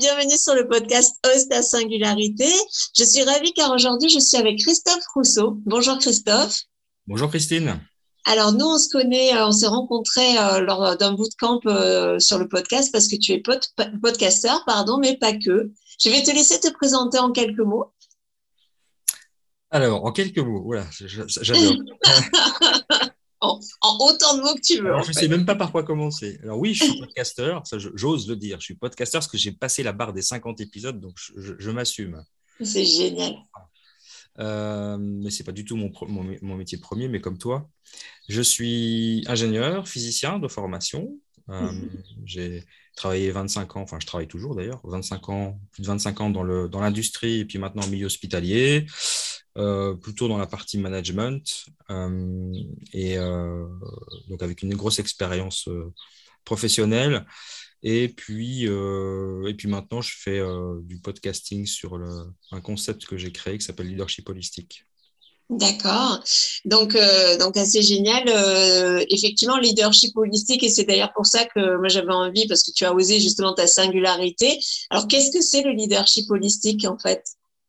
bienvenue sur le podcast Ose ta singularité. Je suis ravie car aujourd'hui je suis avec Christophe Rousseau. Bonjour Christophe. Bonjour Christine. Alors nous on se connaît, on s'est rencontrés lors d'un bootcamp sur le podcast parce que tu es podcasteur, pardon, mais pas que. Je vais te laisser te présenter en quelques mots. Alors, en quelques mots, voilà, j'adore. En autant de mots que tu veux Alors, en je ne sais fait. même pas par quoi commencer. Alors oui, je suis podcasteur, ça j'ose le dire. Je suis podcasteur parce que j'ai passé la barre des 50 épisodes, donc je m'assume. C'est génial. Mais ce n'est pas du tout mon métier premier, mais comme toi. Je suis ingénieur, physicien de formation. J'ai travaillé 25 ans, enfin je travaille toujours d'ailleurs, 25 ans, plus de 25 ans dans l'industrie et puis maintenant en milieu hospitalier, plutôt dans la partie management et donc avec une grosse expérience professionnelle. Et puis maintenant, je fais du podcasting sur un concept que j'ai créé qui s'appelle Leadership Holistique. D'accord. Donc assez génial. Effectivement, leadership holistique, et c'est d'ailleurs pour ça que moi j'avais envie, parce que tu as osé justement ta singularité. Alors, qu'est-ce que c'est le leadership holistique en fait?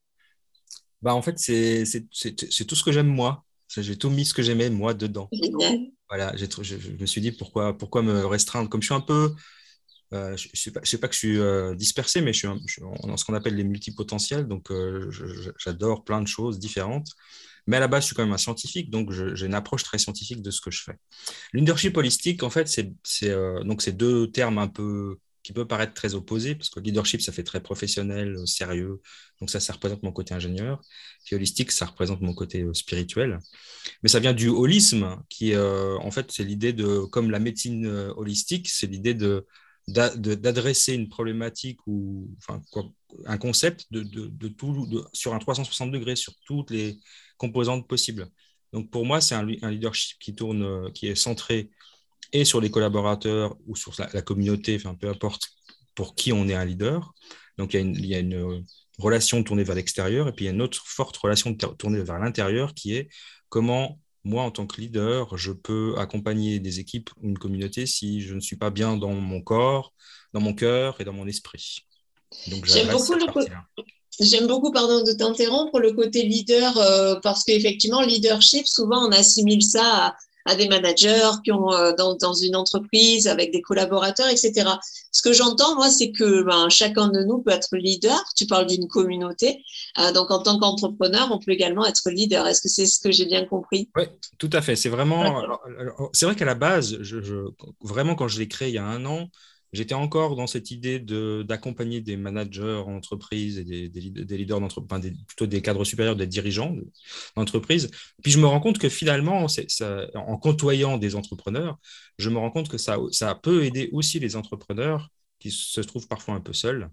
En fait, c'est tout ce que j'aime moi. J'ai tout mis ce que j'aimais moi dedans. Génial. Voilà, je me suis dit pourquoi me restreindre. Comme je suis un peu, je ne sais pas que je suis dispersé, mais je suis dans ce qu'on appelle les multipotentiels. Donc, j'adore plein de choses différentes. Mais à la base, je suis quand même un scientifique, donc j'ai une approche très scientifique de ce que je fais. Leadership holistique, en fait, donc c'est deux termes un peu qui peuvent paraître très opposés, parce que leadership, ça fait très professionnel, sérieux, donc ça représente mon côté ingénieur. Puis holistique, ça représente mon côté spirituel. Mais ça vient du holisme, qui en fait, c'est l'idée comme la médecine holistique, c'est l'idée d'adresser une problématique ou enfin, un concept sur un 360 degrés, sur toutes les composantes possibles. Donc pour moi, c'est un leadership qui est centré et sur les collaborateurs ou sur la communauté, enfin peu importe pour qui on est un leader. Donc il y a une relation tournée vers l'extérieur et puis il y a une autre forte relation tournée vers l'intérieur qui est comment moi, en tant que leader, je peux accompagner des équipes ou une communauté si je ne suis pas bien dans mon corps, dans mon cœur et dans mon esprit. Donc J'aime j'adresse beaucoup cette partie-là. J'aime beaucoup, pardon de t'interrompre, le côté leader, parce qu'effectivement, leadership, souvent, on assimile ça à des managers qui ont dans une entreprise avec des collaborateurs, etc. Ce que j'entends, moi, c'est que chacun de nous peut être leader. Tu parles d'une communauté, donc en tant qu'entrepreneur, on peut également être leader. Est-ce que c'est ce que j'ai bien compris? Oui, tout à fait. C'est vraiment. D'accord. C'est vrai qu'à la base, vraiment, quand je l'ai créé il y a un an, j'étais encore dans cette idée d'accompagner des managers en entreprise et des leaders d'entreprise, enfin, plutôt des cadres supérieurs, des dirigeants d'entreprise. Puis je me rends compte que finalement, en côtoyant des entrepreneurs, je me rends compte que ça peut aider aussi les entrepreneurs qui se trouvent parfois un peu seuls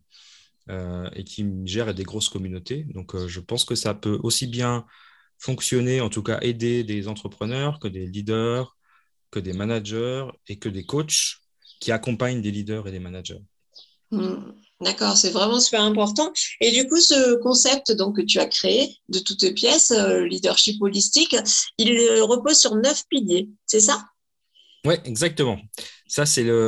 et qui gèrent des grosses communautés. Donc, je pense que ça peut aussi bien fonctionner, en tout cas aider des entrepreneurs, que des leaders, que des managers et que des coachs qui accompagnent des leaders et des managers. D'accord, c'est vraiment super important. Et du coup, ce concept donc que tu as créé de toutes pièces, leadership holistique, il repose sur 9 piliers, c'est ça? Oui, exactement. Ça,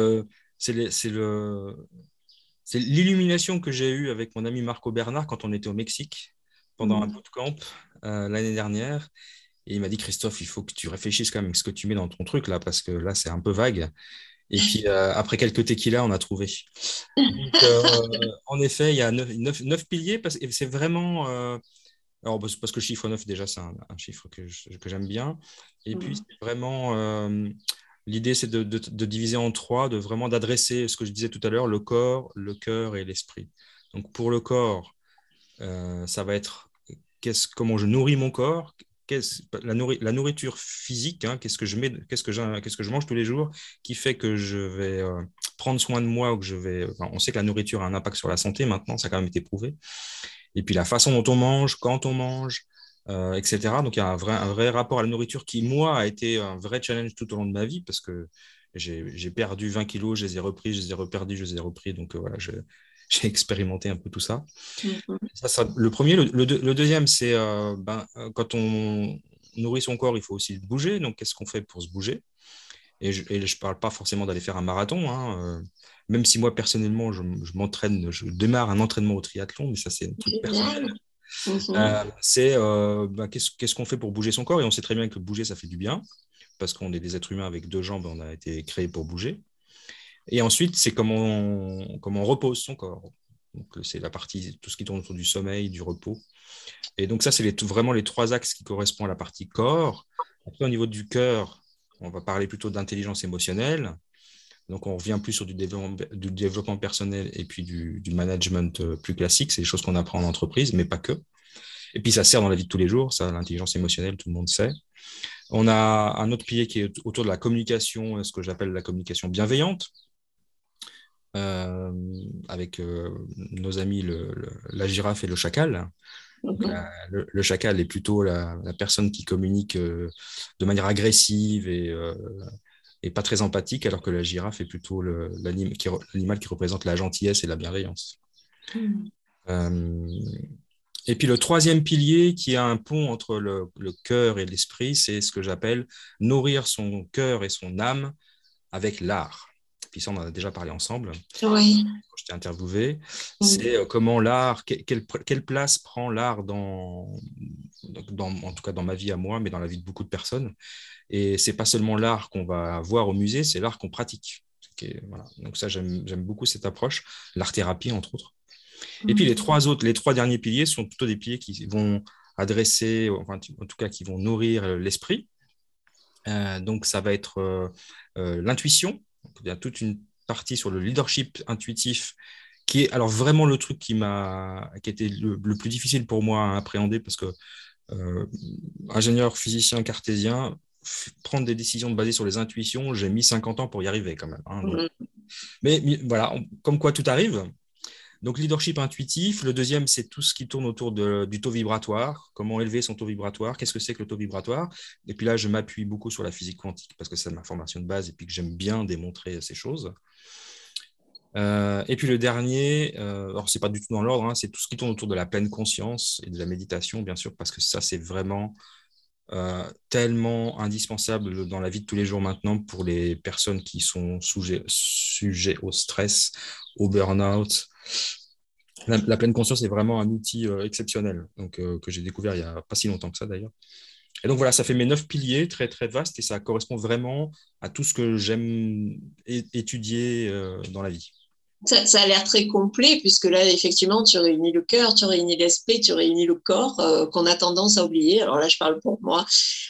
c'est l'illumination que j'ai eue avec mon ami Marco Bernard quand on était au Mexique pendant un Mm. bootcamp l'année dernière. Et il m'a dit, Christophe, il faut que tu réfléchisses quand même à ce que tu mets dans ton truc là, parce que là, c'est un peu vague. Et puis, après quelques tequilas, on a trouvé. Donc, en effet, il y a neuf piliers, et c'est vraiment. Alors, parce que le chiffre 9 déjà, c'est un chiffre que j'aime bien. Et puis, Mm. c'est vraiment. L'idée, c'est de diviser en trois, d'adresser ce que je disais tout à l'heure, le corps, le cœur et l'esprit. Donc, pour le corps, ça va être comment je nourris mon corps, la nourriture physique, hein, qu'est-ce que je mange tous les jours, qui fait que je vais prendre soin de moi, ou que on sait que la nourriture a un impact sur la santé maintenant, ça a quand même été prouvé. Et puis la façon dont on mange, quand on mange, etc. Donc il y a un vrai rapport à la nourriture qui, moi, a été un vrai challenge tout au long de ma vie parce que j'ai perdu 20 kilos, je les ai repris, je les ai reperdus, je les ai repris. Donc voilà, j'ai expérimenté un peu tout ça. Mhm. Ça le premier. Le deuxième, c'est quand on nourrit son corps, il faut aussi bouger. Donc qu'est-ce qu'on fait pour se bouger? Et je ne parle pas forcément d'aller faire un marathon, hein. même si moi, personnellement, je m'entraîne, je démarre un entraînement au triathlon, mais ça, c'est un truc personnel. Génial. Mhm. C'est qu'est-ce qu'on fait pour bouger son corps? Et on sait très bien que bouger, ça fait du bien, parce qu'on est des êtres humains avec 2 jambes, on a été créés pour bouger. Et ensuite, c'est comment on repose son corps. Donc, c'est la partie, tout ce qui tourne autour du sommeil, du repos. Et donc, ça, c'est vraiment les 3 axes qui correspondent à la partie corps. Après, au niveau du cœur, on va parler plutôt d'intelligence émotionnelle. Donc, on revient plus sur du développement personnel et puis du management plus classique. C'est des choses qu'on apprend en entreprise, mais pas que. Et puis, ça sert dans la vie de tous les jours. Ça, l'intelligence émotionnelle, tout le monde sait. On a un autre pilier qui est autour de la communication, ce que j'appelle la communication bienveillante, avec nos amis la girafe et le chacal. Donc, Mhm. le chacal est plutôt la personne qui communique de manière agressive et pas très empathique, alors que la girafe est plutôt l'animal qui représente la gentillesse et la bienveillance. Mhm. Euh, et puis le troisième pilier qui a un pont entre le cœur et l'esprit, c'est ce que j'appelle nourrir son cœur et son âme avec l'art. Puis ça, on en a déjà parlé ensemble Oui. quand je t'ai interviewé. Mhm. C'est comment l'art, quelle place prend l'art en tout cas dans ma vie à moi, mais dans la vie de beaucoup de personnes. Et c'est pas seulement l'art qu'on va voir au musée, c'est l'art qu'on pratique. Voilà. Donc ça, j'aime beaucoup cette approche, l'art-thérapie entre autres. Et puis Mhm. les 3 derniers piliers sont plutôt des piliers qui vont adresser, enfin, en tout cas qui vont nourrir l'esprit. Donc ça va être l'intuition. Donc, il y a toute une partie sur le leadership intuitif qui est alors vraiment le truc qui a été le plus difficile pour moi à appréhender parce que euh, ingénieur physicien cartésien, prendre des décisions basées sur les intuitions, j'ai mis 50 ans pour y arriver quand même, hein. Donc, Mhm. mais voilà, comme quoi tout arrive. Donc, leadership intuitif. Le deuxième, c'est tout ce qui tourne autour du taux vibratoire. Comment élever son taux vibratoire? Qu'est-ce que c'est que le taux vibratoire? Et puis là, je m'appuie beaucoup sur la physique quantique parce que c'est ma formation de base et puis que j'aime bien démontrer ces choses. Et puis le dernier, alors c'est pas du tout dans l'ordre, hein, c'est tout ce qui tourne autour de la pleine conscience et de la méditation, bien sûr, parce que ça, c'est vraiment tellement indispensable dans la vie de tous les jours maintenant pour les personnes qui sont sujets au stress, au burn-out. La pleine conscience est vraiment un outil exceptionnel donc, que j'ai découvert il n'y a pas si longtemps que ça d'ailleurs. Et donc voilà, ça fait mes 9 piliers, très très vastes, et ça correspond vraiment à tout ce que j'aime étudier dans la vie. Ça a l'air très complet, puisque là, effectivement, tu réunis le cœur, tu réunis l'esprit, tu réunis le corps, qu'on a tendance à oublier. Alors là, je parle pour moi.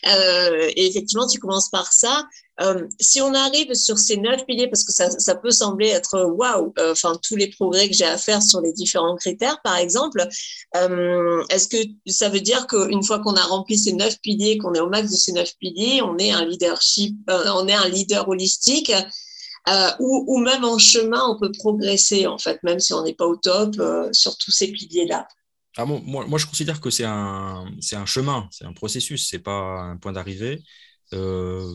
Et effectivement, tu commences par ça. Si on arrive sur ces 9 piliers, parce que ça peut sembler être waouh, enfin, tous les progrès que j'ai à faire sur les différents critères, par exemple, est-ce que ça veut dire qu'une fois qu'on a rempli ces 9 piliers, qu'on est au max de ces 9 piliers, on est un leadership, on est un leader holistique? Ou même en chemin, on peut progresser, en fait, même si on n'est pas au top sur tous ces piliers-là. Ah bon, moi, je considère que c'est un chemin, c'est un processus, c'est pas un point d'arrivée. Euh,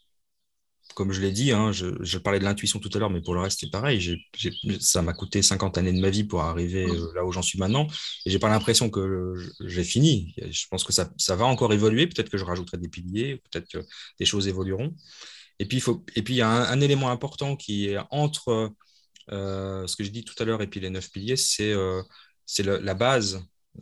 Comme je l'ai dit, hein, je parlais de l'intuition tout à l'heure, mais pour le reste, c'est pareil. Ça m'a coûté 50 années de ma vie pour arriver là où j'en suis maintenant. Et j'ai pas l'impression que j'ai fini. Je pense que ça va encore évoluer. Peut-être que je rajouterai des piliers, peut-être que des choses évolueront. Et puis il y a un élément important qui est entre ce que j'ai dit tout à l'heure et puis les 9 piliers, c'est la base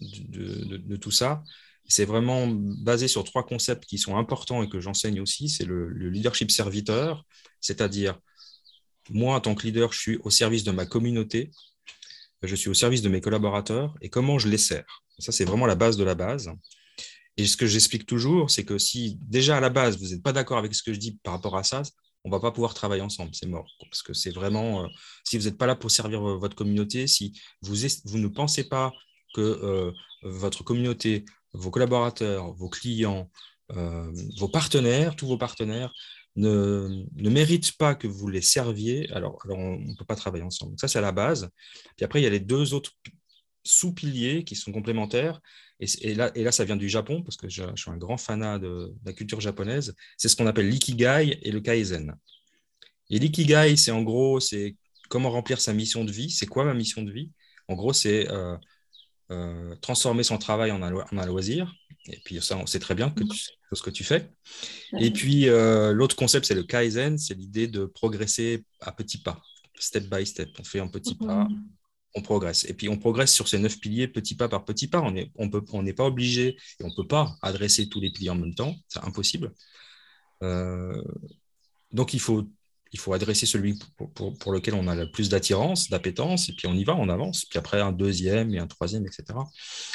de tout ça. C'est vraiment basé sur 3 concepts qui sont importants et que j'enseigne aussi. C'est le leadership serviteur, c'est-à-dire moi, en tant que leader, je suis au service de ma communauté, je suis au service de mes collaborateurs et comment je les sers. Ça, c'est vraiment la base de la base. Et ce que j'explique toujours, c'est que si déjà à la base, vous n'êtes pas d'accord avec ce que je dis par rapport à ça, on ne va pas pouvoir travailler ensemble, c'est mort. Parce que c'est vraiment, si vous n'êtes pas là pour servir votre communauté, si vous ne pensez pas que votre communauté, vos collaborateurs, vos clients, vos partenaires, tous vos partenaires, ne méritent pas que vous les serviez, alors on ne peut pas travailler ensemble. Donc ça, c'est à la base. Puis après, il y a les 2 autres sous-piliers qui sont complémentaires. Et là, ça vient du Japon, parce que je suis un grand fanat de la culture japonaise. C'est ce qu'on appelle l'ikigai et le kaizen. Et l'ikigai, c'est en gros, c'est comment remplir sa mission de vie. C'est quoi ma mission de vie? En gros, c'est transformer son travail en un loisir. Et puis ça, on sait très bien que c'est ce que tu fais. Et puis l'autre concept, c'est le kaizen, c'est l'idée de progresser à petits pas. step by step. On fait un petit pas, on progresse. Et puis, on progresse sur ces 9 piliers petit pas par petit pas. On n'est pas obligé et on ne peut pas adresser tous les piliers en même temps. C'est impossible. Donc, il faut adresser celui pour lequel on a le plus d'attirance, d'appétence, et puis on y va, on avance. Puis après, un deuxième et un troisième, etc.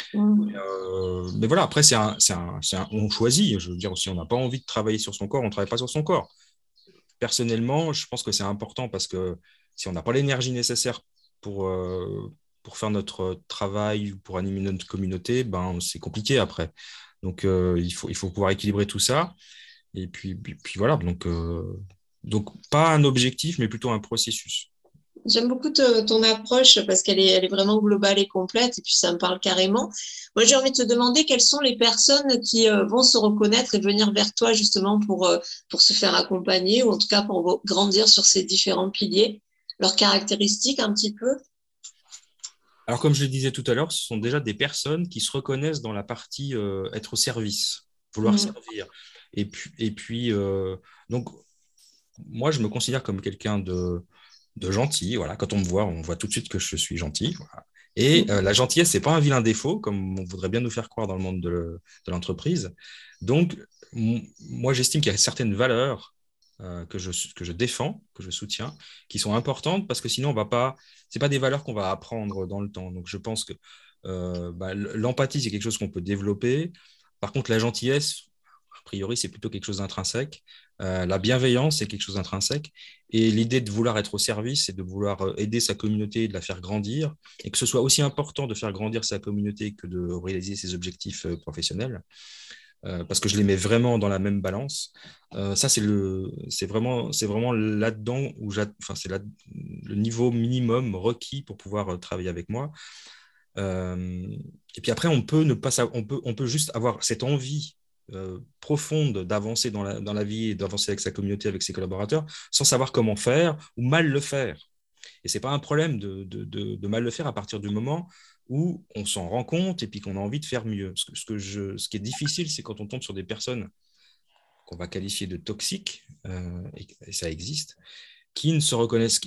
Mais voilà, après, on choisit. Je veux dire, si on n'a pas envie de travailler sur son corps, on ne travaille pas sur son corps. Personnellement, je pense que c'est important parce que si on n'a pas l'énergie nécessaire pour faire notre travail, pour animer notre communauté, ben, c'est compliqué après. Donc, il faut pouvoir équilibrer tout ça. Et puis voilà, donc pas un objectif, mais plutôt un processus. J'aime beaucoup ton approche parce qu'elle est vraiment globale et complète et puis ça me parle carrément. Moi, j'ai envie de te demander quelles sont les personnes qui vont se reconnaître et venir vers toi justement pour se faire accompagner ou en tout cas pour grandir sur ces différents piliers, leurs caractéristiques un petit peu. Alors, comme je le disais tout à l'heure, ce sont déjà des personnes qui se reconnaissent dans la partie être au service, vouloir servir. Et puis donc, moi, je me considère comme quelqu'un de gentil. Voilà. Quand on me voit, on voit tout de suite que je suis gentil. Voilà. Et la gentillesse, ce n'est pas un vilain défaut, comme on voudrait bien nous faire croire dans le monde de l'entreprise. Donc, moi, j'estime qu'il y a certaines valeurs que je défends, que je soutiens, qui sont importantes parce que sinon, ce n'est pas des valeurs qu'on va apprendre dans le temps. Donc, je pense que l'empathie, c'est quelque chose qu'on peut développer. Par contre, la gentillesse, a priori, c'est plutôt quelque chose d'intrinsèque. La bienveillance, c'est quelque chose d'intrinsèque. Et l'idée de vouloir être au service, c'est de vouloir aider sa communauté, de la faire grandir, et que ce soit aussi important de faire grandir sa communauté que de réaliser ses objectifs professionnels, parce que je les mets vraiment dans la même balance. Ça, c'est vraiment là-dedans où c'est le niveau minimum requis pour pouvoir travailler avec moi. Et puis après, on peut juste avoir cette envie profonde d'avancer dans la vie et d'avancer avec sa communauté, avec ses collaborateurs, sans savoir comment faire ou mal le faire. Et ce n'est pas un problème de mal le faire à partir du moment où on s'en rend compte et puis qu'on a envie de faire mieux. Ce qui est difficile, c'est quand on tombe sur des personnes qu'on va qualifier de toxiques, et ça existe, qui ne se reconnaissent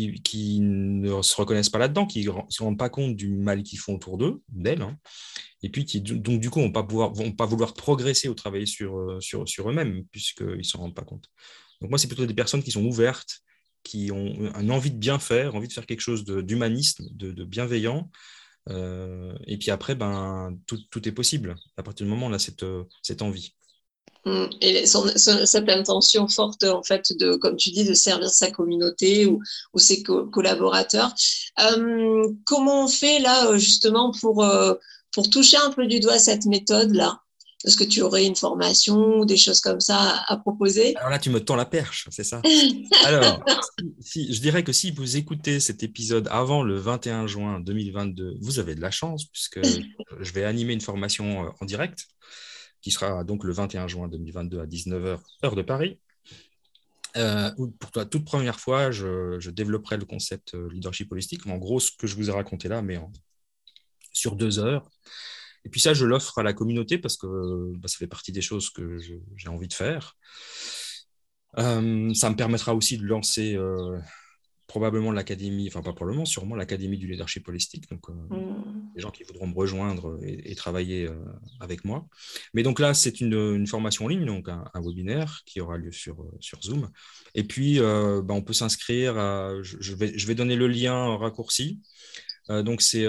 pas là-dedans, qui ne se rendent pas compte du mal qu'ils font autour d'elles, hein, et puis qui, donc, du coup, vont pas vouloir progresser ou travailler sur eux-mêmes, puisqu'ils ne s'en rendent pas compte. Donc moi, c'est plutôt des personnes qui sont ouvertes, qui ont une envie de bien faire, envie de faire quelque chose d'humaniste, de bienveillant, et puis après, tout est possible, à partir du moment où on a cette envie. Et cette intention forte, en fait, comme tu dis, de servir sa communauté ou ses collaborateurs. Comment on fait là, justement, pour toucher un peu du doigt cette méthode-là? Est-ce que tu aurais une formation ou des choses comme ça à proposer? Alors là, tu me tends la perche, c'est ça. Alors, je dirais que si vous écoutez cet épisode avant le 21 juin 2022, vous avez de la chance, puisque je vais animer une formation en direct, qui sera donc le 21 juin 2022 à 19h, heure de Paris. Où pour la toute première fois, je développerai le concept leadership holistique. En gros, ce que je vous ai raconté là, mais sur 2 heures. Et puis ça, je l'offre à la communauté parce que ça fait partie des choses que j'ai envie de faire. Ça me permettra aussi de lancer probablement l'académie, enfin pas probablement, sûrement l'académie du leadership holistique. Donc, les gens qui voudront me rejoindre et travailler avec moi. Mais donc là, c'est une formation en ligne, donc un webinaire qui aura lieu sur Zoom. Et puis, on peut s'inscrire. Je vais donner le lien raccourci. Donc, c'est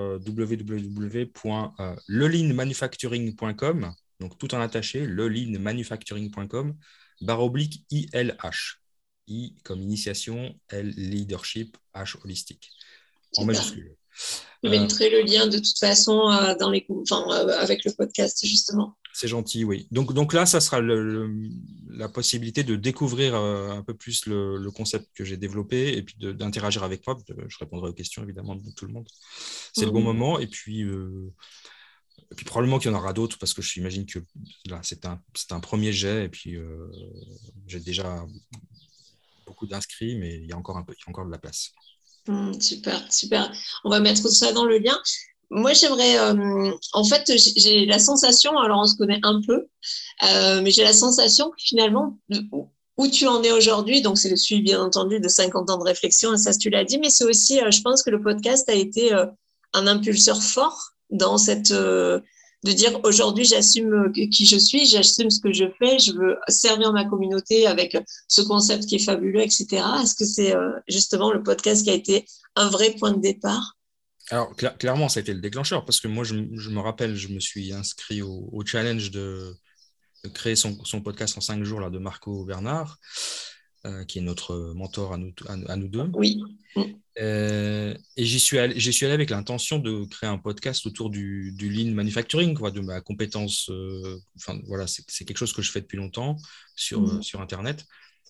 www.lelinmanufacturing.com, donc tout en attaché, lelinmanufacturing.com, /ILH. I comme initiation, L leadership, H holistique, en majuscule. Je mettrai le lien de toute façon avec le podcast, justement. C'est gentil, oui. Donc là, ça sera la possibilité de découvrir un peu plus le concept que j'ai développé et puis d'interagir avec moi. Je répondrai aux questions, évidemment, de tout le monde. C'est le bon moment. Et puis probablement qu'il y en aura d'autres parce que j'imagine que là, c'est un premier jet. Et puis, j'ai déjà beaucoup d'inscrits, mais il y a encore de la place. Super, super. On va mettre tout ça dans le lien. Moi, j'aimerais, en fait, j'ai la sensation, alors on se connaît un peu, mais j'ai la sensation que finalement, où tu en es aujourd'hui. Donc, c'est le suivi, bien entendu, de 50 ans de réflexion, et ça, tu l'as dit, mais c'est aussi, je pense que le podcast a été un impulseur fort dans de dire aujourd'hui, j'assume qui je suis, j'assume ce que je fais, je veux servir ma communauté avec ce concept qui est fabuleux, etc. Est-ce que c'est justement le podcast qui a été un vrai point de départ? Alors, clairement, ça a été le déclencheur parce que moi, je me rappelle, je me suis inscrit au challenge de créer son podcast en 5 jours là, de Marco Bernard, qui est notre mentor à nous deux. Oui. Et j'y suis allé avec l'intention de créer un podcast autour du lean manufacturing, quoi, de ma compétence. Enfin, voilà, c'est quelque chose que je fais depuis longtemps sur Internet.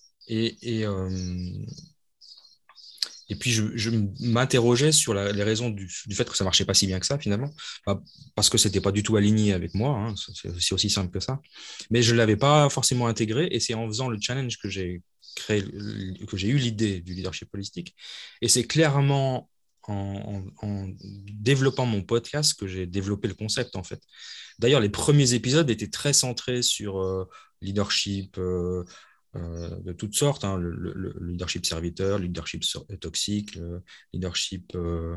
Et puis, je m'interrogeais sur les raisons du fait que ça ne marchait pas si bien que ça, finalement. Parce que ce n'était pas du tout aligné avec moi, hein, c'est aussi simple que ça. Mais je ne l'avais pas forcément intégré, et c'est en faisant le challenge que j'ai eu l'idée du leadership holistique. Et c'est clairement en développant mon podcast que j'ai développé le concept, en fait. D'ailleurs, les premiers épisodes étaient très centrés sur leadership, de toutes sortes, hein, le leadership serviteur, le leadership toxique, le leadership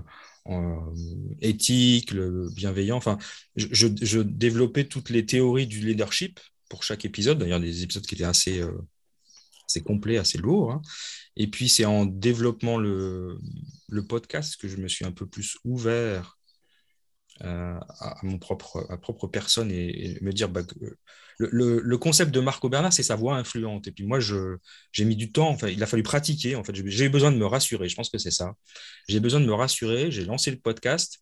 éthique, le bienveillant. Enfin, je développais toutes les théories du leadership pour chaque épisode. D'ailleurs, des épisodes qui étaient assez complets, assez lourds, hein. Et puis, c'est en développant le podcast que je me suis un peu plus ouvert à propre personne et me dire le concept de Marco Bernard, c'est sa voix influente. Et puis moi, j'ai mis du temps, enfin, il a fallu pratiquer. En fait, j'ai eu besoin de me rassurer. Je pense que c'est ça. J'ai besoin de me rassurer. J'ai lancé le podcast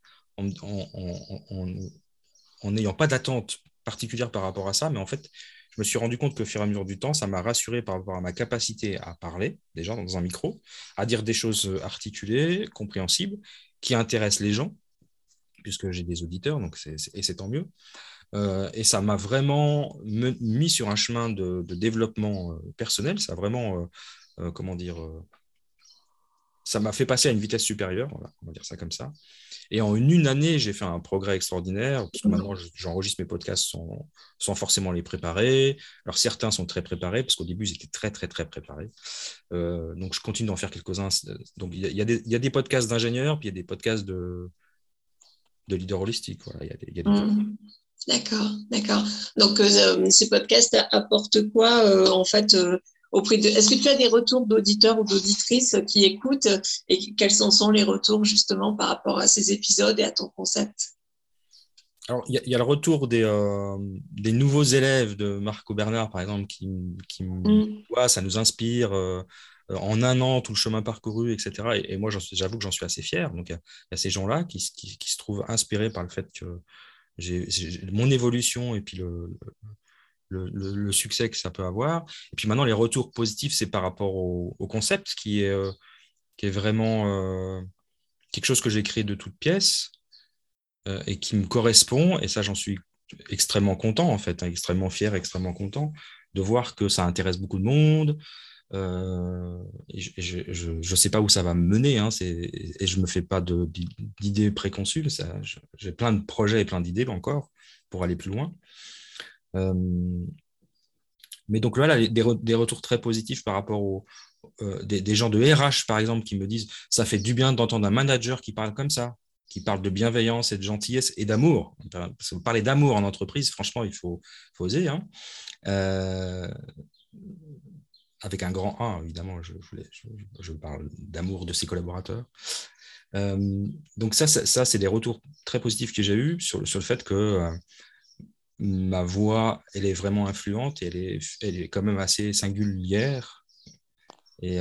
en n'ayant pas d'attente particulière par rapport à ça. Mais en fait, je me suis rendu compte qu'au fur et à mesure du temps, ça m'a rassuré par rapport à ma capacité à parler, déjà dans un micro, à dire des choses articulées, compréhensibles, qui intéressent les gens, puisque j'ai des auditeurs, donc et c'est tant mieux. Et ça m'a vraiment mis sur un chemin de développement personnel. Ça a vraiment, comment dire, ça m'a fait passer à une vitesse supérieure, voilà, on va dire ça comme ça. Et en une année, j'ai fait un progrès extraordinaire, parce que maintenant, j'enregistre mes podcasts sans forcément les préparer. Alors, certains sont très préparés, parce qu'au début, ils étaient très, très, très préparés. Donc, je continue d'en faire quelques-uns. Donc, il y a des podcasts d'ingénieurs, puis il y a des podcasts de leader holistique. Voilà, il y a des... D'accord, d'accord. Donc, ces podcasts apportent quoi, en fait, auprès de... Est-ce que tu as des retours d'auditeurs ou d'auditrices qui écoutent et quels sont les retours justement par rapport à ces épisodes et à ton concept? Alors, il y a le retour des nouveaux élèves de Marco Bernard, par exemple, qui ça nous inspire. En un an, tout le chemin parcouru, etc. Et moi, j'avoue que j'en suis assez fier. Donc, il y a ces gens-là qui se trouvent inspirés par le fait que j'ai mon évolution et puis le succès que ça peut avoir. Et puis maintenant, les retours positifs, c'est par rapport au concept qui est vraiment quelque chose que j'ai créé de toutes pièces et qui me correspond. Et ça, j'en suis extrêmement content, en fait, hein, extrêmement fier, extrêmement content de voir que ça intéresse beaucoup de monde. Et je ne sais pas où ça va me mener, hein, et je ne me fais pas d'idées préconçues. J'ai plein de projets et plein d'idées encore pour aller plus loin. Mais donc voilà, des retours très positifs par rapport des gens de RH, par exemple, qui me disent « ça fait du bien d'entendre un manager qui parle comme ça, qui parle de bienveillance et de gentillesse et d'amour. » Parce que parler d'amour en entreprise, franchement, il faut oser, hein. Avec un grand A, évidemment, je parle d'amour de ses collaborateurs. Donc ça, c'est des retours très positifs que j'ai eus sur le fait que ma voix, elle est vraiment influente et elle est quand même assez singulière. Et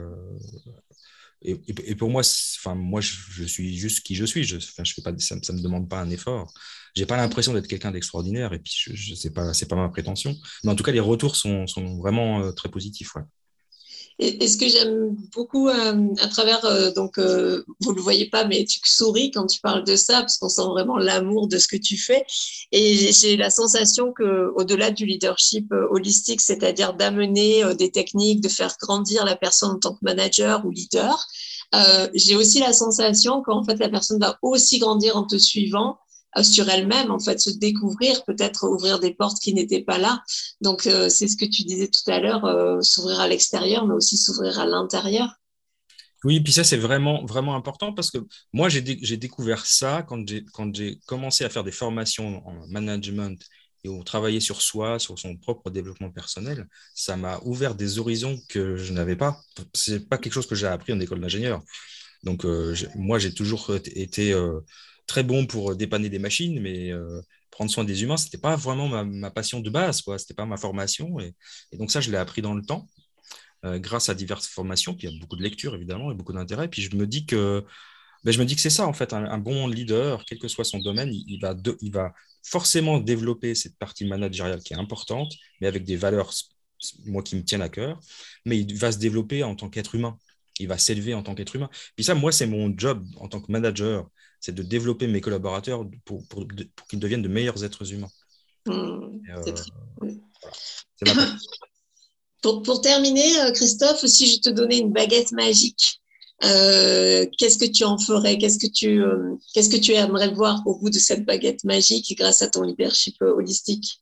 pour moi, moi, je suis juste qui je suis. Je fais pas, ça me demande pas un effort. J'ai pas l'impression d'être quelqu'un d'extraordinaire. Et puis, c'est pas ma prétention. Mais en tout cas, les retours sont vraiment très positifs. Ouais. Et ce que j'aime beaucoup à travers, vous le voyez pas, mais tu souris quand tu parles de ça, parce qu'on sent vraiment l'amour de ce que tu fais. Et j'ai la sensation que, au-delà du leadership holistique, c'est-à-dire d'amener des techniques, de faire grandir la personne en tant que manager ou leader, j'ai aussi la sensation qu'en fait la personne va aussi grandir en te suivant sur elle-même, en fait, se découvrir, peut-être ouvrir des portes qui n'étaient pas là. Donc, c'est ce que tu disais tout à l'heure, s'ouvrir à l'extérieur, mais aussi s'ouvrir à l'intérieur. Oui, puis ça, c'est vraiment, vraiment important parce que moi, j'ai découvert ça quand j'ai commencé à faire des formations en management et au travailler sur soi, sur son propre développement personnel. Ça m'a ouvert des horizons que je n'avais pas. C'est pas quelque chose que j'ai appris en école d'ingénieur. Donc, moi, j'ai toujours été très bon pour dépanner des machines, mais prendre soin des humains, c'était pas vraiment ma passion de base, quoi. C'était pas ma formation. Et donc, ça, je l'ai appris dans le temps grâce à diverses formations. Puis il y a beaucoup de lectures, évidemment, et beaucoup d'intérêt. Puis je me dis que c'est ça, en fait, un bon leader, quel que soit son domaine, il va forcément développer cette partie managériale qui est importante, mais avec des valeurs, moi, qui me tiennent à cœur, mais il va se développer en tant qu'être humain. Il va s'élever en tant qu'être humain. Puis ça, moi, c'est mon job en tant que manager, c'est de développer mes collaborateurs pour qu'ils deviennent de meilleurs êtres humains. Et, C'est très cool. voilà. C'est ma passion. Pour terminer, Christophe, si je te donnais une baguette magique, qu'est-ce que tu en ferais? Qu'est-ce que tu aimerais voir au bout de cette baguette magique grâce à ton leadership holistique?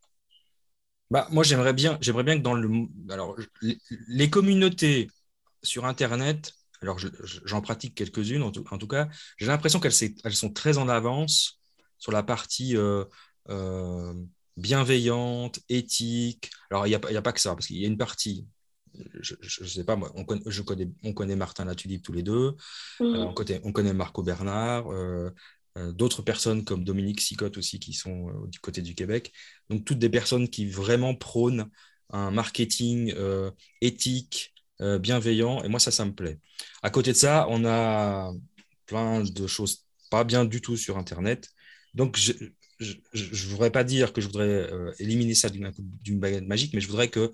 Bah, moi, j'aimerais bien que alors, les communautés sur Internet, alors j'en pratique quelques-unes en tout cas, j'ai l'impression elles sont très en avance sur la partie euh, bienveillante, éthique. Alors, il y a pas que ça, parce qu'il y a une partie, je ne sais pas, moi, on connaît Martin Latulippe tous les deux, on connaît Marco Bernard, d'autres personnes comme Dominique Sicotte aussi qui sont du côté du Québec. Donc, toutes des personnes qui vraiment prônent un marketing éthique, bienveillant. Et moi, ça me plaît. À côté de ça, on a plein de choses pas bien du tout sur Internet. Donc, je ne voudrais pas dire que je voudrais éliminer ça d'une baguette magique, mais je voudrais que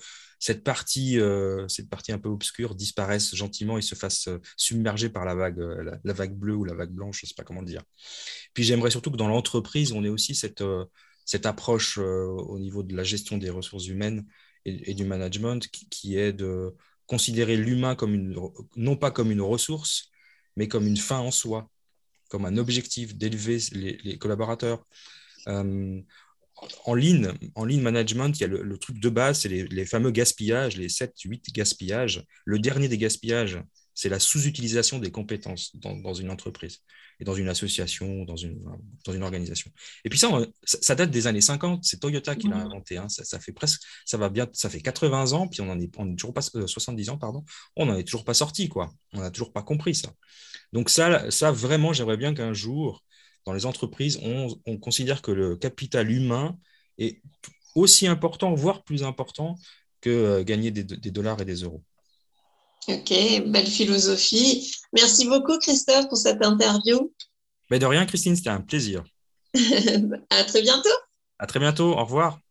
cette partie un peu obscure disparaisse gentiment et se fasse submerger par la vague bleue ou la vague blanche, je ne sais pas comment le dire. Puis j'aimerais surtout que dans l'entreprise, on ait aussi cette approche au niveau de la gestion des ressources humaines et du management qui est de considérer l'humain non pas comme une ressource, mais comme une fin en soi, comme un objectif d'élever les collaborateurs. Euh, en ligne management, il y a le truc de base, c'est les fameux gaspillages, les 7-8 gaspillages. Le dernier des gaspillages, c'est la sous-utilisation des compétences dans une entreprise et dans une association, dans une organisation. Et puis ça date des années 50, c'est Toyota qui l'a inventé. Hein. Ça fait ça fait 80 ans, puis on est toujours pas, 70 ans, pardon, on n'en est toujours pas sorti, quoi. On n'a toujours pas compris ça. Donc ça vraiment, j'aimerais bien qu'un jour, dans les entreprises, on considère que le capital humain est aussi important, voire plus important que gagner des dollars et des euros. Ok, belle philosophie. Merci beaucoup, Christophe, pour cette interview. Mais de rien, Christine, c'était un plaisir. À très bientôt. À très bientôt. Au revoir.